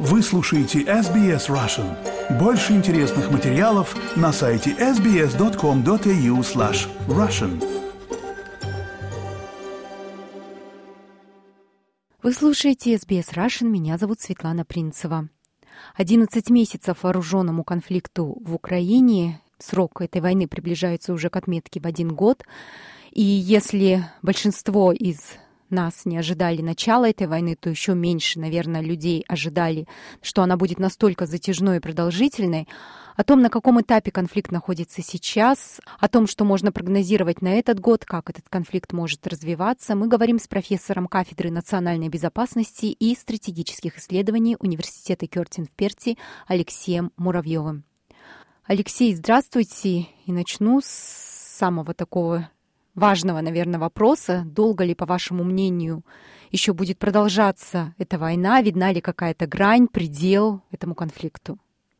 Вы слушаете SBS Russian. Больше интересных материалов на сайте sbs.com.au/russian. Вы слушаете SBS Russian. Меня зовут Светлана Принцева. 11 месяцев вооруженному конфликту в Украине. Срок этой войны приближается уже к отметке в 1 год. И если большинство из нас не ожидали начала этой войны, то еще меньше, наверное, людей ожидали, что она будет настолько затяжной и продолжительной. О том, на каком этапе конфликт находится сейчас, о том, что можно прогнозировать на этот год, как этот конфликт может развиваться, мы говорим с профессором кафедры национальной безопасности и стратегических исследований Университета Кёртин в Перте Алексеем Муравьевым. Алексей, здравствуйте. И начну с самого такого важного, наверное, вопроса. Долго ли, по вашему мнению, еще будет продолжаться эта война? Видна ли какая-то грань, предел этому конфликту?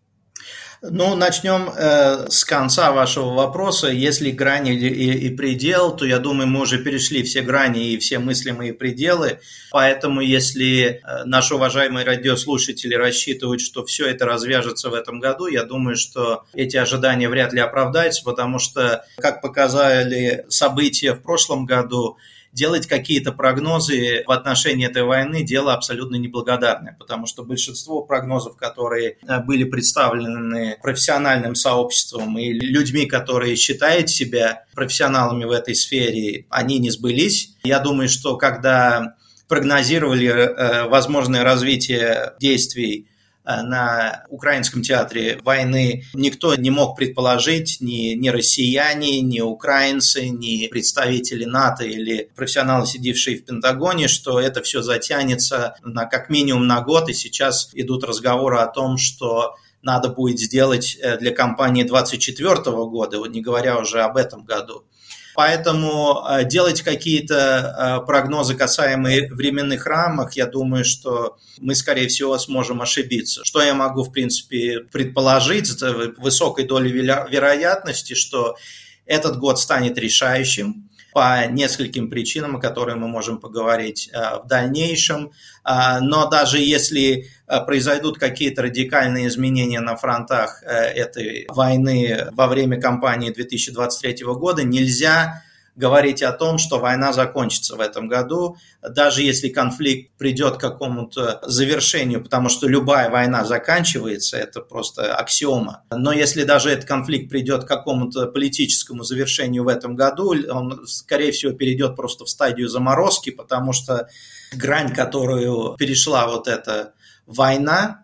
Начнем с конца вашего вопроса. Если грань и предел, то, я думаю, мы уже перешли все грани и все мыслимые пределы. Поэтому, если наши уважаемые радиослушатели рассчитывают, что все это развяжется в этом году, я думаю, что эти ожидания вряд ли оправдаются, потому что, как показали события в прошлом году, делать какие-то прогнозы в отношении этой войны – дело абсолютно неблагодарное, потому что большинство прогнозов, которые были представлены профессиональным сообществом и людьми, которые считают себя профессионалами в этой сфере, они не сбылись. Я думаю, что когда прогнозировали возможное развитие действий на украинском театре войны, никто не мог предположить, ни россияне, ни украинцы, ни представители НАТО или профессионалы, сидевшие в Пентагоне, что это все затянется как минимум на год, и сейчас идут разговоры о том, что надо будет сделать для кампании 2024 года, не говоря уже об этом году. Поэтому делать какие-то прогнозы, касаемые временных рамок, я думаю, что мы, скорее всего, сможем ошибиться. Что я могу, в принципе, предположить с высокой долей вероятности, что этот год станет решающим по нескольким причинам, о которых мы можем поговорить в дальнейшем. Но даже если произойдут какие-то радикальные изменения на фронтах этой войны во время кампании 2023 года, нельзя говорить о том, что война закончится в этом году, даже если конфликт придет к какому-то завершению, потому что любая война заканчивается, это просто аксиома. Но если даже этот конфликт придет к какому-то политическому завершению в этом году, он, скорее всего, перейдет просто в стадию заморозки, потому что грань, которую перешла вот эта война,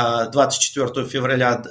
24 февраля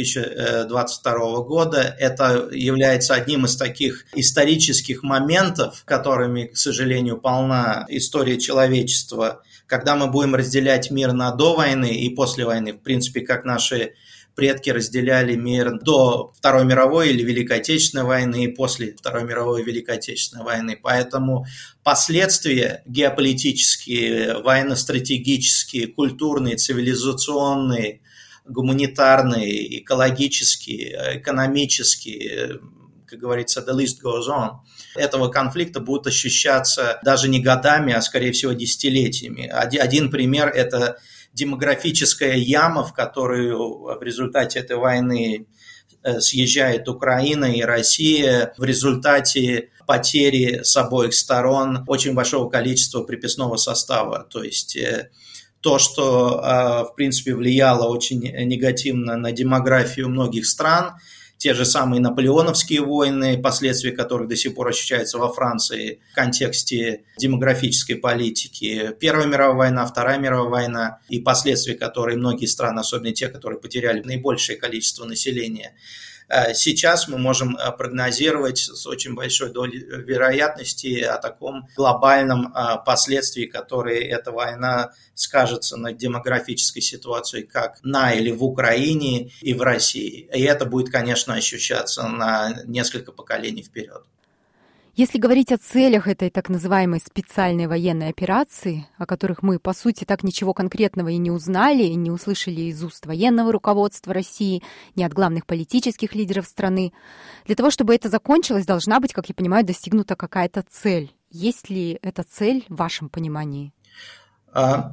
2022 года, это является одним из таких исторических моментов, которыми, к сожалению, полна история человечества, когда мы будем разделять мир на до войны и после войны, в принципе, как наши предки разделяли мир до Второй мировой или Великой Отечественной войны и после Второй мировой и Великой Отечественной войны. Поэтому последствия геополитические, военно-стратегические, культурные, цивилизационные, гуманитарные, экологические, экономические, как говорится, the list goes on, этого конфликта будут ощущаться даже не годами, а, скорее всего, десятилетиями. Один пример – это демографическая яма, в которую в результате этой войны съезжает Украина и Россия, в результате потери с обоих сторон очень большого количества приписного состава. То есть то, что, в принципе, влияло очень негативно на демографию многих стран, те же самые наполеоновские войны, последствия которых до сих пор ощущаются во Франции в контексте демографической политики, Первая мировая война, Вторая мировая война и последствия, которые многие страны, особенно те, которые потеряли наибольшее количество населения. Сейчас мы можем прогнозировать с очень большой долей вероятности о таком глобальном последствии, которые эта война скажется на демографической ситуации как на или в Украине и в России. И это будет, конечно, ощущаться на несколько поколений вперед. Если говорить о целях этой так называемой специальной военной операции, о которых мы, по сути, так ничего конкретного и не узнали, и не услышали из уст военного руководства России, ни от главных политических лидеров страны, для того, чтобы это закончилось, должна быть, как я понимаю, достигнута какая-то цель. Есть ли эта цель в вашем понимании?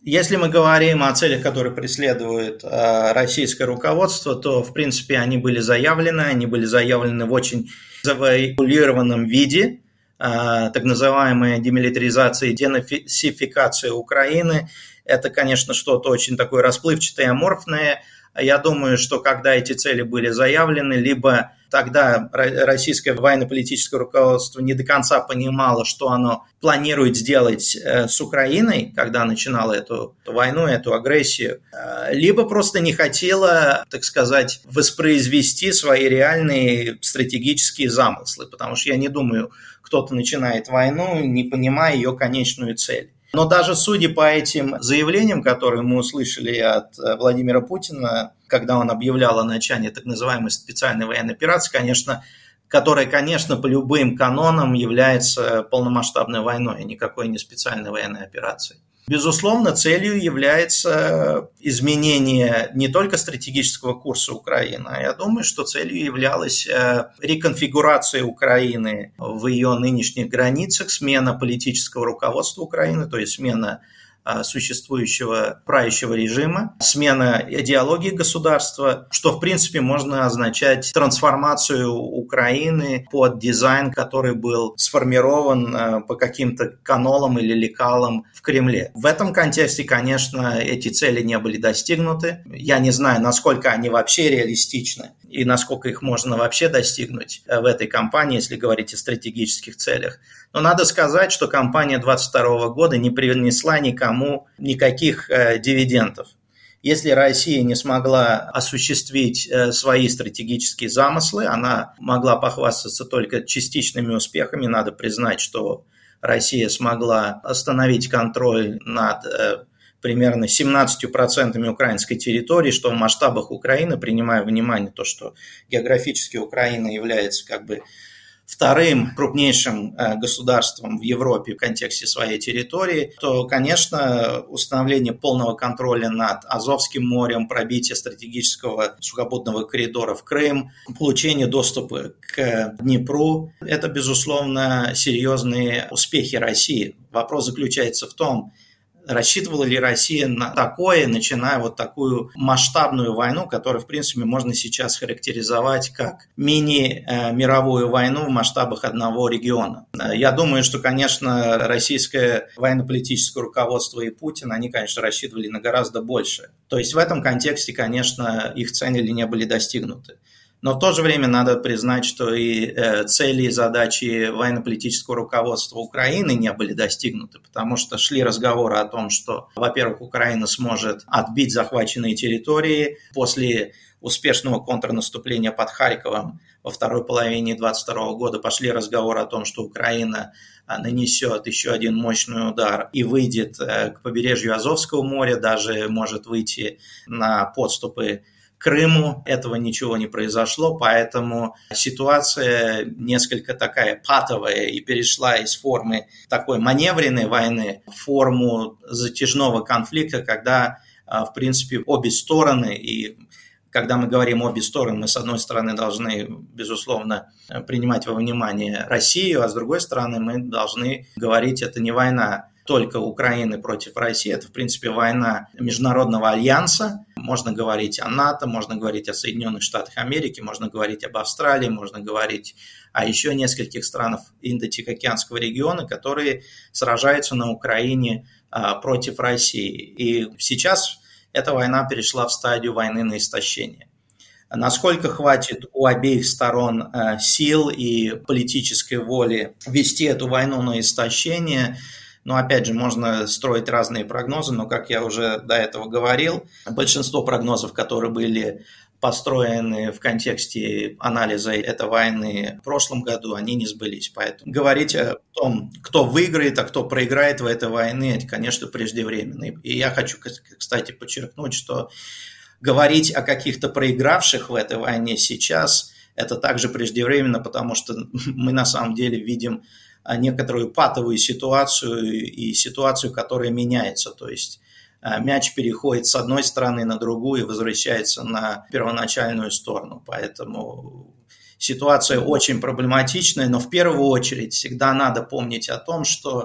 Если мы говорим о целях, которые преследует российское руководство, то, в принципе, они были заявлены в очень завуалированном виде, так называемая демилитаризация и денацификация Украины. Это, конечно, что-то очень такое расплывчатое и аморфное. Я думаю, что когда эти цели были заявлены, либо тогда российское военно-политическое руководство не до конца понимало, что оно планирует сделать с Украиной, когда начинало эту войну, эту агрессию, либо просто не хотело, так сказать, воспроизвести свои реальные стратегические замыслы, потому что я не думаю, кто-то начинает войну, не понимая ее конечную цель. Но даже судя по этим заявлениям, которые мы услышали от Владимира Путина, когда он объявлял о начале так называемой специальной военной операции, которая, конечно, по любым канонам является полномасштабной войной, а никакой не специальной военной операцией. Безусловно, целью является изменение не только стратегического курса Украины, а я думаю, что целью являлась реконфигурация Украины в ее нынешних границах, смена политического руководства Украины, то есть смена существующего правящего режима, смена идеологии государства, что, в принципе, можно означать трансформацию Украины под дизайн, который был сформирован по каким-то канонам или лекалам в Кремле. В этом контексте, конечно, эти цели не были достигнуты. Я не знаю, насколько они вообще реалистичны и насколько их можно вообще достигнуть в этой кампании, если говорить о стратегических целях. Но надо сказать, что кампания 2022 года не принесла никому никаких дивидендов. Если Россия не смогла осуществить свои стратегические замыслы, она могла похвастаться только частичными успехами. Надо признать, что Россия смогла остановить контроль над примерно 17% украинской территории, что в масштабах Украины, принимая во внимание то, что географически Украина является вторым крупнейшим государством в Европе в контексте своей территории, то, конечно, установление полного контроля над Азовским морем, пробитие стратегического сухопутного коридора в Крым, получение доступа к Днепру – это, безусловно, серьезные успехи России. Вопрос заключается в том, рассчитывала ли Россия на такое, начиная такую масштабную войну, которую, в принципе, можно сейчас характеризовать как мини-мировую войну в масштабах одного региона. Я думаю, что, конечно, российское военно-политическое руководство и Путин, они, конечно, рассчитывали на гораздо больше. То есть в этом контексте, конечно, их цели не были достигнуты. Но в то же время надо признать, что и цели и задачи военно-политического руководства Украины не были достигнуты, потому что шли разговоры о том, что, во-первых, Украина сможет отбить захваченные территории после успешного контрнаступления под Харьковом во второй половине 2022 года. Пошли разговоры о том, что Украина нанесет еще один мощный удар и выйдет к побережью Азовского моря, даже может выйти на подступы Крыму. Этого ничего не произошло, поэтому ситуация несколько такая патовая и перешла из формы такой маневренной войны в форму затяжного конфликта, когда, в принципе, обе стороны, и когда мы говорим обе стороны, мы, с одной стороны, должны, безусловно, принимать во внимание Россию, а с другой стороны, мы должны говорить, это не война только Украины против России, это, в принципе, война международного альянса. Можно говорить о НАТО, можно говорить о Соединенных Штатах Америки, можно говорить об Австралии, можно говорить о еще нескольких странах Индо-Тихоокеанского региона, которые сражаются на Украине против России. И сейчас эта война перешла в стадию войны на истощение. Насколько хватит у обеих сторон сил и политической воли вести эту войну на истощение? Но, опять же, можно строить разные прогнозы, но, как я уже до этого говорил, большинство прогнозов, которые были построены в контексте анализа этой войны в прошлом году, они не сбылись. Поэтому говорить о том, кто выиграет, а кто проиграет в этой войне, это, конечно, преждевременно. И я хочу, кстати, подчеркнуть, что говорить о каких-то проигравших в этой войне сейчас, это также преждевременно, потому что мы на самом деле видим некоторую патовую ситуацию и ситуацию, которая меняется. То есть мяч переходит с одной стороны на другую и возвращается на первоначальную сторону. Поэтому ситуация очень проблематичная, но в первую очередь всегда надо помнить о том, что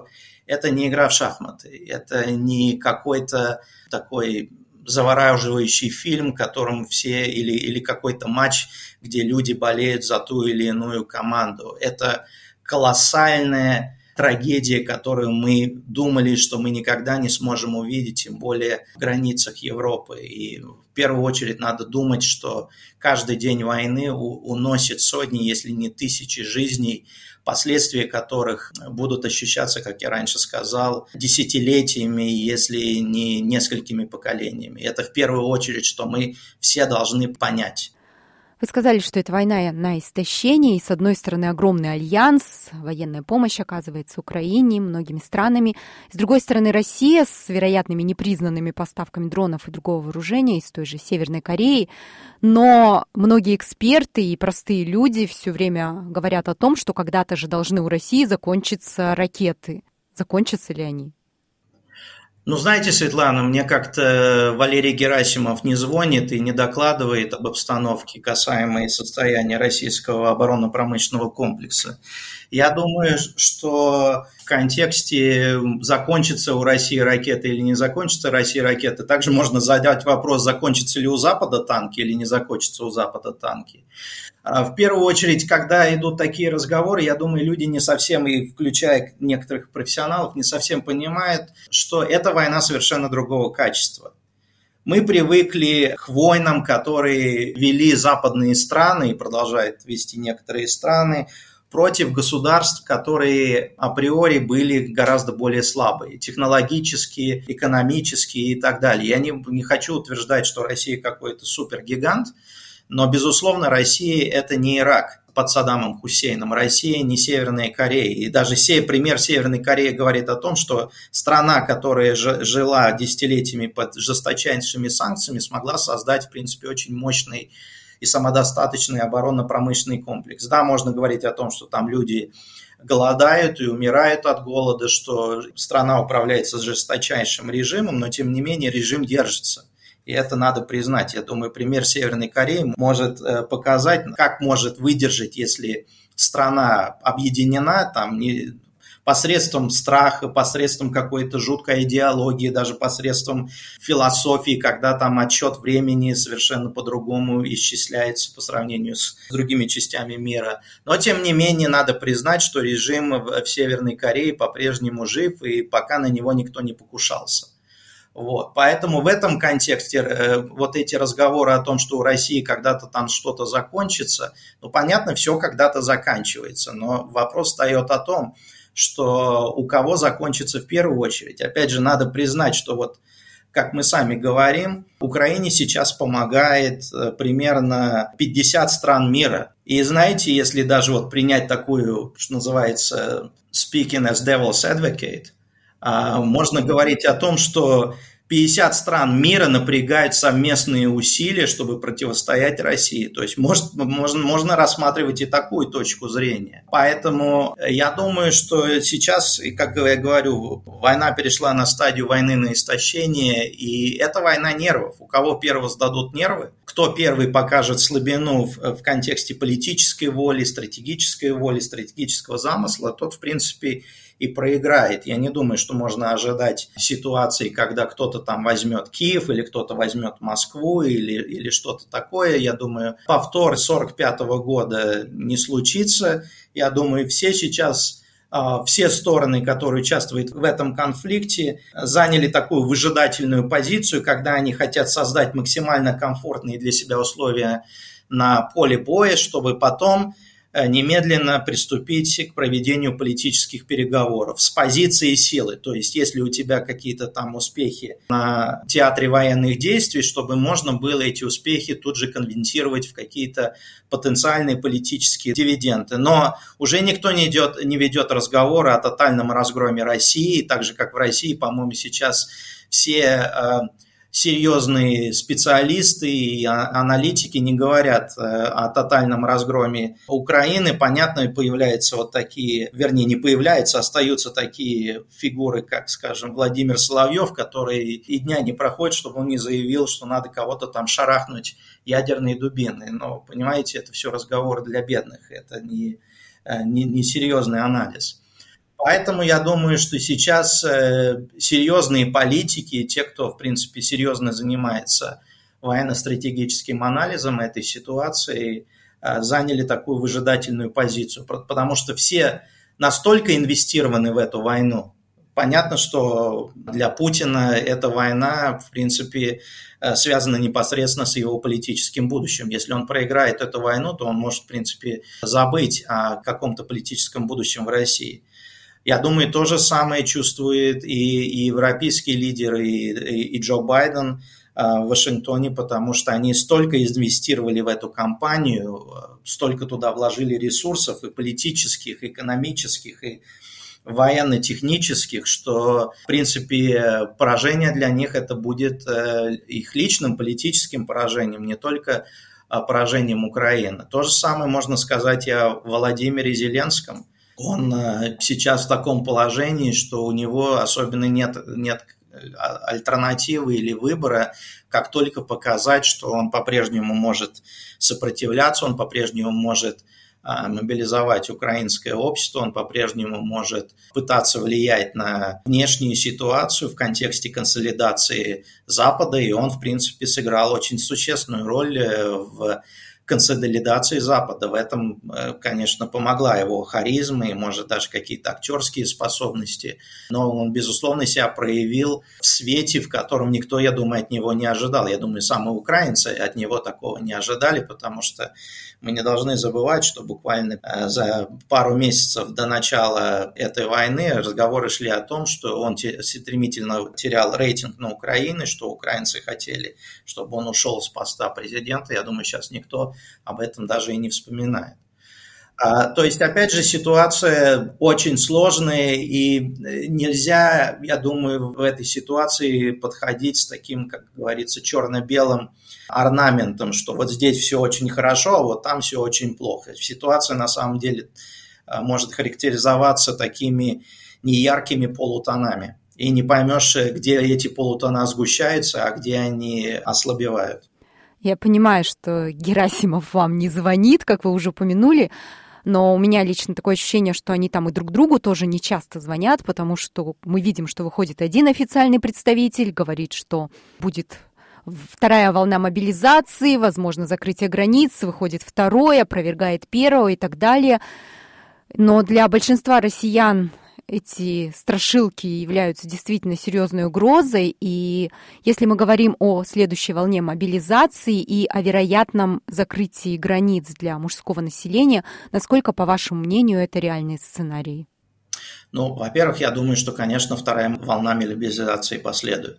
это не игра в шахматы, это не какой-то такой завораживающий фильм, которым все, или какой-то матч, где люди болеют за ту или иную команду. Это колоссальная трагедия, которую мы думали, что мы никогда не сможем увидеть, тем более в границах Европы. И в первую очередь надо думать, что каждый день войны уносит сотни, если не тысячи жизней, последствия которых будут ощущаться, как я раньше сказал, десятилетиями, если не несколькими поколениями. Это в первую очередь, что мы все должны понять. Вы сказали, что это война на истощение, и с одной стороны огромный альянс, военная помощь оказывается Украине, многими странами. С другой стороны Россия с вероятными непризнанными поставками дронов и другого вооружения из той же Северной Кореи. Но многие эксперты и простые люди все время говорят о том, что когда-то же должны у России закончиться ракеты. Закончатся ли они? Ну, знаете, Светлана, мне как-то Валерий Герасимов не звонит и не докладывает об обстановке, касаемой состояния российского оборонно-промышленного комплекса. Я думаю, что в контексте закончится у России ракеты или не закончится России ракеты, также можно задать вопрос, закончится ли у Запада танки или не закончится у Запада танки. В первую очередь, когда идут такие разговоры, я думаю, люди не совсем, и включая некоторых профессионалов, не совсем понимают, что это война совершенно другого качества. Мы привыкли к войнам, которые вели западные страны и продолжают вести некоторые страны против государств, которые априори были гораздо более слабые, технологически, экономически и так далее. Я не хочу утверждать, что Россия какой-то супергигант, но, безусловно, Россия – это не Ирак под Саддамом Хусейном, Россия не Северная Корея. И даже пример Северной Кореи говорит о том, что страна, которая жила десятилетиями под жесточайшими санкциями, смогла создать, в принципе, очень мощный и самодостаточный оборонно-промышленный комплекс. Да, можно говорить о том, что там люди голодают и умирают от голода, что страна управляется жесточайшим режимом, но, тем не менее, режим держится. И это надо признать. Я думаю, пример Северной Кореи может показать, как может выдержать, если страна объединена там, посредством страха, посредством какой-то жуткой идеологии, даже посредством философии, когда там отсчет времени совершенно по-другому исчисляется по сравнению с другими частями мира. Но, тем не менее, надо признать, что режим в Северной Корее по-прежнему жив, и пока на него никто не покушался. Вот. Поэтому в этом контексте вот эти разговоры о том, что у России когда-то там что-то закончится, ну, понятно, все когда-то заканчивается, но вопрос встает о том, что у кого закончится в первую очередь. Опять же, надо признать, что вот, как мы сами говорим, Украине сейчас помогает примерно 50 стран мира. И знаете, если даже вот принять такую, что называется, speaking as devil's advocate, можно говорить о том, что 50 стран мира напрягают совместные усилия, чтобы противостоять России. То есть можно рассматривать и такую точку зрения. Поэтому я думаю, что сейчас, как я говорю, война перешла на стадию войны на истощение, и это война нервов. У кого первого сдадут нервы, кто первый покажет слабину в контексте политической воли, стратегического замысла, тот, в принципе, и проиграет. Я не думаю, что можно ожидать ситуации, когда кто-то там возьмет Киев или кто-то возьмет Москву или что-то такое. Я думаю, повтор 1945 года не случится. Я думаю, все стороны, которые участвуют в этом конфликте, заняли такую выжидательную позицию, когда они хотят создать максимально комфортные для себя условия на поле боя, чтобы потом немедленно приступить к проведению политических переговоров с позиции силы. То есть, если у тебя какие-то там успехи на театре военных действий, чтобы можно было эти успехи тут же конвертировать в какие-то потенциальные политические дивиденды. Но уже никто не ведет разговоры о тотальном разгроме России, так же, как в России, по-моему, сейчас все серьезные специалисты и аналитики не говорят о тотальном разгроме Украины. Понятно, появляются вот такие, вернее, не появляются, остаются такие фигуры, как, скажем, Владимир Соловьев, который и дня не проходит, чтобы он не заявил, что надо кого-то там шарахнуть ядерной дубиной. Но, понимаете, это все разговоры для бедных, это не серьезный анализ. Поэтому я думаю, что сейчас серьезные политики, те, кто, в принципе, серьезно занимается военно-стратегическим анализом этой ситуации, заняли такую выжидательную позицию, потому что все настолько инвестированы в эту войну. Понятно, что для Путина эта война, в принципе, связана непосредственно с его политическим будущим. Если он проиграет эту войну, то он может, в принципе, забыть о каком-то политическом будущем в России. Я думаю, то же самое чувствует и европейские лидеры, и Джо Байден в Вашингтоне, потому что они столько инвестировали в эту кампанию, столько туда вложили ресурсов и политических, и экономических, и военно-технических, что, в принципе, поражение для них это будет их личным политическим поражением, не только поражением Украины. То же самое можно сказать и о Владимире Зеленском. Он сейчас в таком положении, что у него особенно нет альтернативы или выбора, как только показать, что он по-прежнему может сопротивляться, он по-прежнему может мобилизовать украинское общество, он по-прежнему может пытаться влиять на внешнюю ситуацию в контексте консолидации Запада, и он, в принципе, сыграл очень существенную роль в консолидации Запада. В этом, конечно, помогла его харизма и, может, даже какие-то актерские способности. Но он, безусловно, себя проявил в свете, в котором никто, я думаю, от него не ожидал. Я думаю, сами украинцы от него такого не ожидали, потому что мы не должны забывать, что буквально за пару месяцев до начала этой войны разговоры шли о том, что он стремительно терял рейтинг на Украине, что украинцы хотели, чтобы он ушел с поста президента. Я думаю, сейчас никто об этом даже и не вспоминает. То есть, опять же, ситуация очень сложная, и нельзя, я думаю, в этой ситуации подходить с таким, как говорится, черно-белым орнаментом, что вот здесь все очень хорошо, а вот там все очень плохо. Ситуация, на самом деле, может характеризоваться такими неяркими полутонами, и не поймешь, где эти полутона сгущаются, а где они ослабевают. Я понимаю, что Герасимов вам не звонит, как вы уже упомянули, но у меня лично такое ощущение, что они там и друг другу тоже не часто звонят, потому что мы видим, что выходит один официальный представитель, говорит, что будет вторая волна мобилизации, возможно, закрытие границ, выходит второй, опровергает первого и так далее. Но для большинства россиян эти страшилки являются действительно серьезной угрозой, и если мы говорим о следующей волне мобилизации и о вероятном закрытии границ для мужского населения, насколько, по вашему мнению, это реальные сценарии? Ну, во-первых, я думаю, что, конечно, вторая волна мобилизации последует.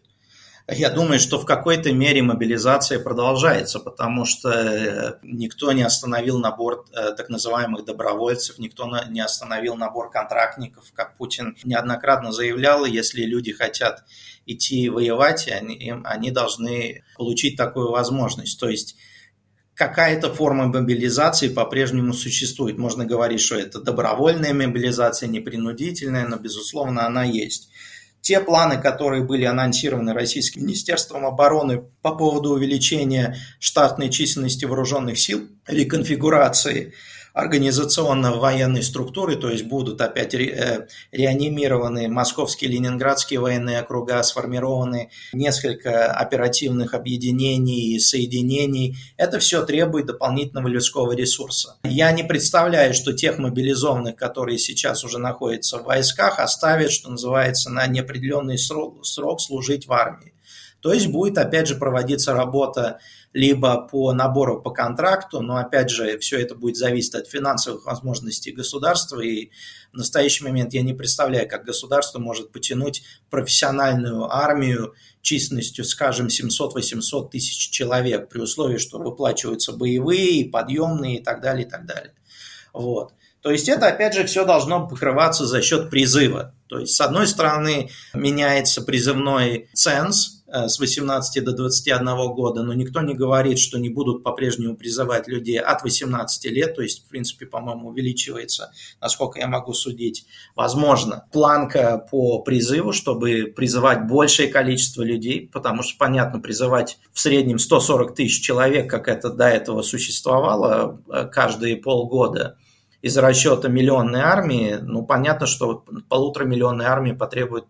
Я думаю, что в какой-то мере мобилизация продолжается, потому что никто не остановил набор так называемых добровольцев, никто не остановил набор контрактников. Как Путин неоднократно заявлял, если люди хотят идти воевать, они должны получить такую возможность. То есть какая-то форма мобилизации по-прежнему существует. Можно говорить, что это добровольная мобилизация, непринудительная, но, безусловно, она есть. Те планы, которые были анонсированы Российским Министерством обороны по поводу увеличения штатной численности вооруженных сил, реконфигурации организационно-военной структуры, то есть будут опять реанимированы московские и ленинградские военные округа, сформированы несколько оперативных объединений и соединений. Это все требует дополнительного людского ресурса. Я не представляю, что тех мобилизованных, которые сейчас уже находятся в войсках, оставят, что называется, на неопределенный срок служить в армии. То есть будет, опять же, проводиться работа либо по набору по контракту, но, опять же, все это будет зависеть от финансовых возможностей государства, и в настоящий момент я не представляю, как государство может потянуть профессиональную армию численностью, скажем, 700-800 тысяч человек, при условии, что выплачиваются боевые, подъемные и так далее, и так далее. Вот. То есть это, опять же, все должно покрываться за счет призыва. То есть, с одной стороны, меняется призывной ценз с 18 до 21 года, но никто не говорит, что не будут по-прежнему призывать людей от 18 лет, то есть, в принципе, по-моему, увеличивается, насколько я могу судить, возможно, планка по призыву, чтобы призывать большее количество людей, потому что, понятно, призывать в среднем 140 тысяч человек, как это до этого существовало, каждые полгода, из расчета миллионной армии, понятно, что 1,5-миллионной армии потребует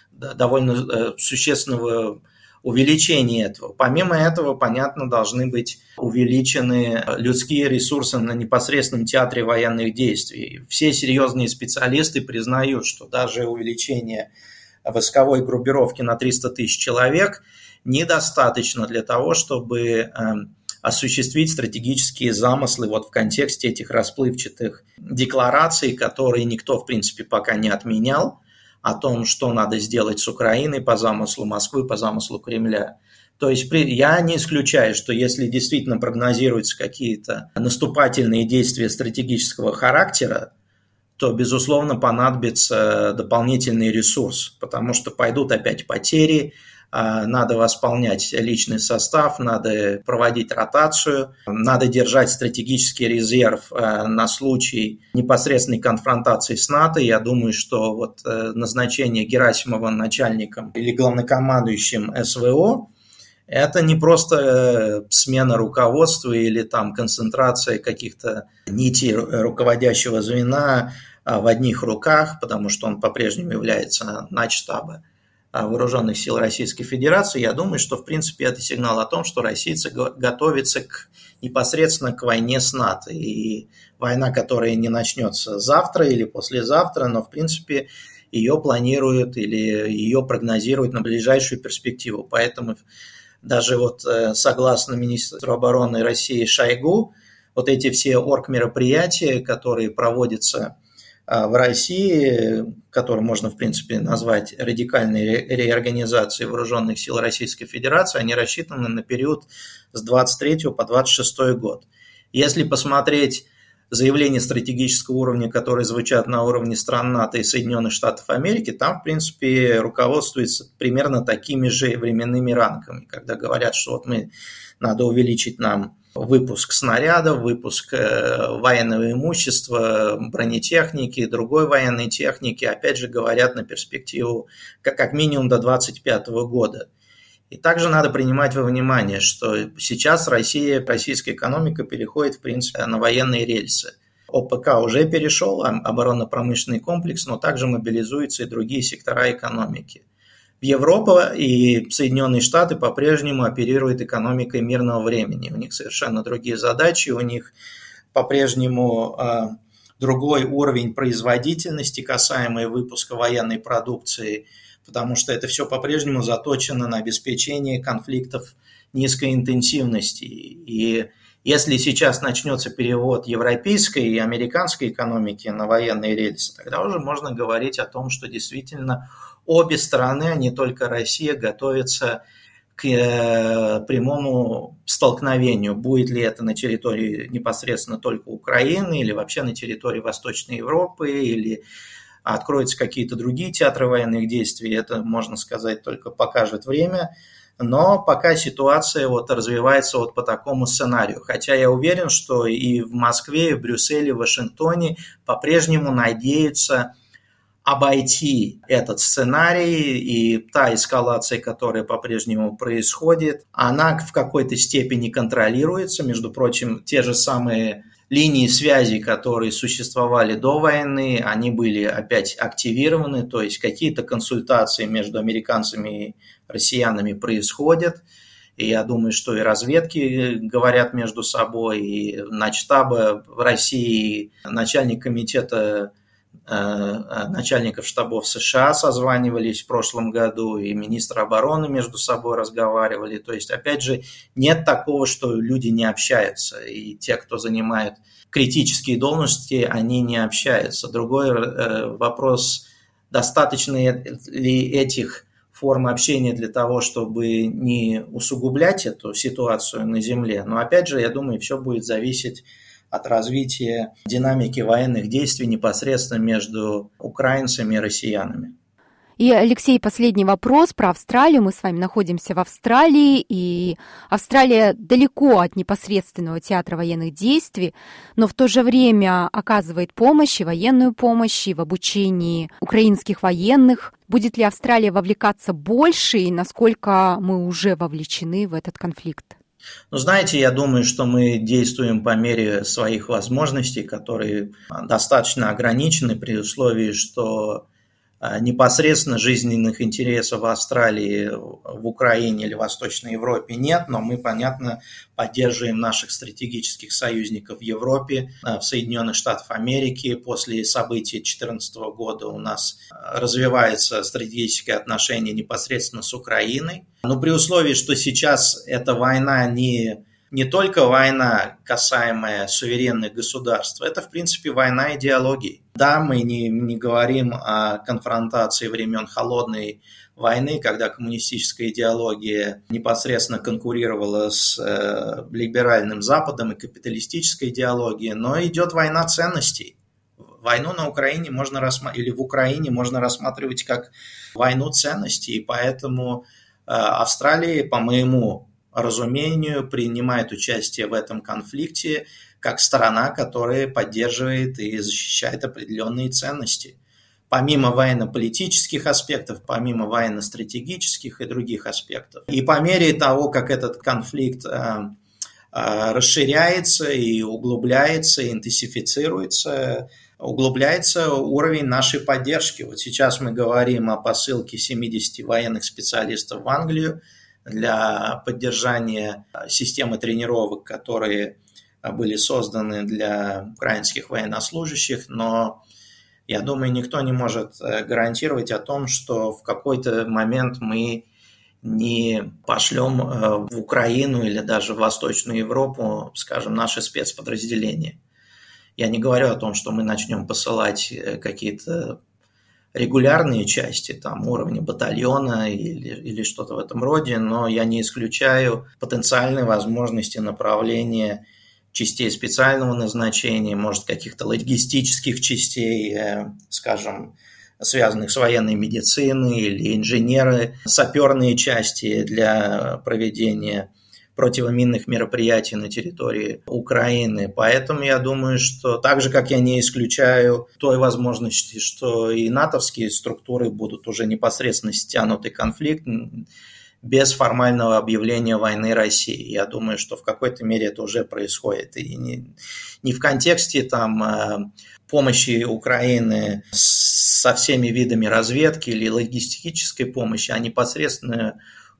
довольно существенного увеличения этого. Помимо этого, понятно, должны быть увеличены людские ресурсы на непосредственном театре военных действий. Все серьезные специалисты признают, что даже увеличение войсковой группировки на 300 тысяч человек недостаточно для того, чтобы осуществить стратегические замыслы в контексте этих расплывчатых деклараций, которые никто, в принципе, пока не отменял, о том, что надо сделать с Украиной по замыслу Москвы, по замыслу Кремля. То есть я не исключаю, что если действительно прогнозируются какие-то наступательные действия стратегического характера, то, безусловно, понадобится дополнительный ресурс, потому что пойдут опять потери, надо восполнять личный состав, надо проводить ротацию, надо держать стратегический резерв на случай непосредственной конфронтации с НАТО. Я думаю, что назначение Герасимова начальником или главнокомандующим СВО – это не просто смена руководства или концентрация каких-то нитей руководящего звена в одних руках, потому что он по-прежнему является начштаба Вооруженных сил Российской Федерации. Я думаю, что, в принципе, это сигнал о том, что российцы готовятся непосредственно к войне с НАТО. И война, которая не начнется завтра или послезавтра, но, в принципе, ее планируют или ее прогнозируют на ближайшую перспективу. Поэтому даже согласно министру обороны России Шойгу, эти все оргмероприятия, которые проводятся в России, которую можно, в принципе, назвать радикальной реорганизацией вооруженных сил Российской Федерации, они рассчитаны на период с 23 по 26 год. Если посмотреть заявления стратегического уровня, которые звучат на уровне стран НАТО и Соединенных Штатов Америки, там, в принципе, руководствуется примерно такими же временными рамками, когда говорят, что надо увеличить нам выпуск снарядов, выпуск военного имущества, бронетехники, другой военной техники, опять же, говорят на перспективу как минимум до 2025 года. И также надо принимать во внимание, что сейчас российская экономика переходит, в принципе, на военные рельсы. ОПК уже перешел, оборонно-промышленный комплекс, но также мобилизуются и другие сектора экономики. Европа и Соединенные Штаты по-прежнему оперируют экономикой мирного времени. У них совершенно другие задачи, у них по-прежнему другой уровень производительности, касаемый выпуска военной продукции, потому что это все по-прежнему заточено на обеспечение конфликтов низкой интенсивности. И если сейчас начнется перевод европейской и американской экономики на военные рельсы, тогда уже можно говорить о том, что действительно обе стороны, а не только Россия, готовятся к прямому столкновению. Будет ли это на территории непосредственно только Украины или вообще на территории Восточной Европы, или откроются какие-то другие театры военных действий, это, можно сказать, только покажет время. Но пока ситуация развивается по такому сценарию. Хотя я уверен, что и в Москве, и в Брюсселе, и в Вашингтоне по-прежнему надеются обойти этот сценарий, и та эскалация, которая по-прежнему происходит, она в какой-то степени контролируется. Между прочим, те же самые линии связи, которые существовали до войны, они были опять активированы, то есть какие-то консультации между американцами и россиянами происходят. И я думаю, что и разведки говорят между собой, и начштаба в России, начальник комитета начальников штабов США созванивались в прошлом году, и министры обороны между собой разговаривали. То есть, опять же, нет такого, что люди не общаются, и те, кто занимает критические должности, они не общаются. Другой вопрос, достаточно ли этих форм общения для того, чтобы не усугублять эту ситуацию на земле. Но, опять же, я думаю, все будет зависеть от развития динамики военных действий непосредственно между украинцами и россиянами. И, Алексей, последний вопрос про Австралию. Мы с вами находимся в Австралии, и Австралия далеко от непосредственного театра военных действий, но в то же время оказывает помощь, и военную помощь, и в обучении украинских военных. Будет ли Австралия вовлекаться больше, и насколько мы уже вовлечены в этот конфликт? Ну, знаете, я думаю, что мы действуем по мере своих возможностей, которые достаточно ограничены при условии, что непосредственно жизненных интересов Австралии в Украине или Восточной Европе нет, но мы, понятно, поддерживаем наших стратегических союзников в Европе, в Соединенных Штатах Америки. После событий 2014 года у нас развивается стратегические отношения непосредственно с Украиной. Но при условии, что сейчас эта война не только война, касаемая суверенных государств, это, в принципе, война идеологий. Да, мы не говорим о конфронтации времен Холодной войны, когда коммунистическая идеология непосредственно конкурировала с либеральным Западом и капиталистической идеологией, но идет война ценностей. Войну на Украине или в Украине можно рассматривать как войну ценностей, и поэтому Австралия, по моему разумению, принимает участие в этом конфликте как сторона, которая поддерживает и защищает определенные ценности. Помимо военно-политических аспектов, помимо военно-стратегических и других аспектов. И по мере того, как этот конфликт расширяется и углубляется, интенсифицируется, углубляется уровень нашей поддержки. Вот сейчас мы говорим о посылке 70 военных специалистов в Англию для поддержания системы тренировок, которые были созданы для украинских военнослужащих, но я думаю, никто не может гарантировать о том, что в какой-то момент мы не пошлем в Украину или даже в Восточную Европу, скажем, наши спецподразделения. Я не говорю о том, что мы начнем посылать какие-то регулярные части, там, уровня батальона или что-то в этом роде, но я не исключаю потенциальной возможности направления частей специального назначения, может, каких-то логистических частей, скажем, связанных с военной медициной, или инженеры, саперные части для проведения противоминных мероприятий на территории Украины. Поэтому я думаю, что так же, как я не исключаю той возможности, что и натовские структуры будут уже непосредственно стянуты в конфликт без формального объявления войны России. Я думаю, что в какой-то мере это уже происходит. И не в контексте там помощи Украины со всеми видами разведки или логистической помощи, а непосредственно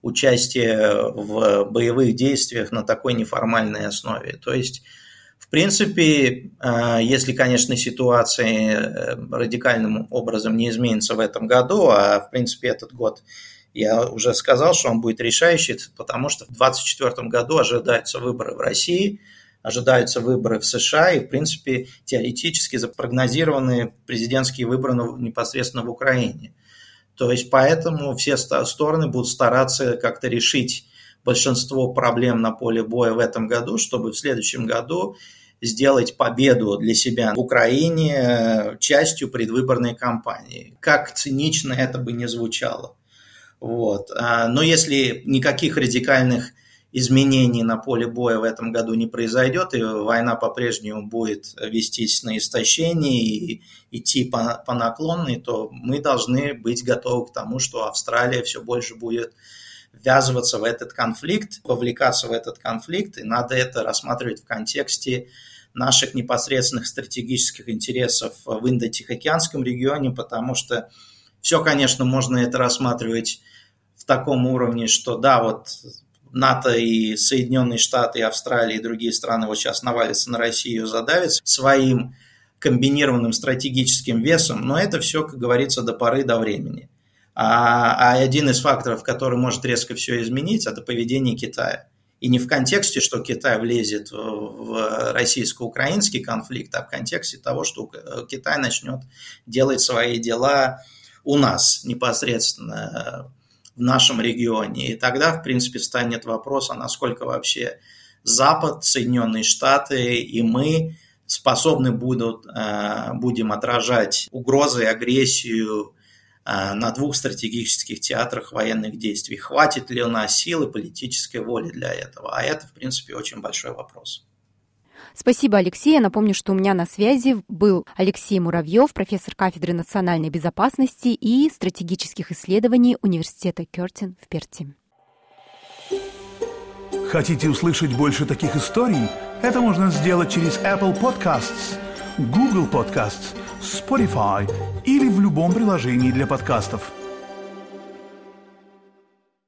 участие в боевых действиях на такой неформальной основе. То есть, в принципе, если, конечно, ситуация радикальным образом не изменится в этом году, а, в принципе, этот год, я уже сказал, что он будет решающий, потому что в 2024 году ожидаются выборы в России, ожидаются выборы в США, и, в принципе, теоретически запрогнозированы президентские выборы непосредственно в Украине. То есть, поэтому все стороны будут стараться как-то решить большинство проблем на поле боя в этом году, чтобы в следующем году сделать победу для себя в Украине частью предвыборной кампании. Как цинично это бы ни звучало. Вот. Но если никаких радикальных изменений на поле боя в этом году не произойдет, и война по-прежнему будет вестись на истощение и идти по наклонной, то мы должны быть готовы к тому, что Австралия все больше будет ввязываться в этот конфликт, вовлекаться в этот конфликт, и надо это рассматривать в контексте наших непосредственных стратегических интересов в Индо-Тихоокеанском регионе, потому что все, конечно, можно это рассматривать в таком уровне, что да, вот НАТО и Соединенные Штаты, и Австралия, и другие страны вот сейчас навалятся на Россию, задавят своим комбинированным стратегическим весом, но это все, как говорится, до поры до времени. А один из факторов, который может резко все изменить, это поведение Китая. И не в контексте, что Китай влезет в российско-украинский конфликт, а в контексте того, что Китай начнет делать свои дела у нас непосредственно в нашем регионе. И тогда, в принципе, встанет вопрос, а насколько вообще Запад, Соединенные Штаты и мы способны будем отражать угрозы и агрессию на двух стратегических театрах военных действий. Хватит ли у нас сил и политической воли для этого? А это, в принципе, очень большой вопрос. Спасибо, Алексей. Я напомню, что у меня на связи был Алексей Муравьев, профессор кафедры национальной безопасности и стратегических исследований Университета Кёртин в Перте. Хотите услышать больше таких историй? Это можно сделать через Apple Podcasts, Google Podcasts, Spotify или в любом приложении для подкастов.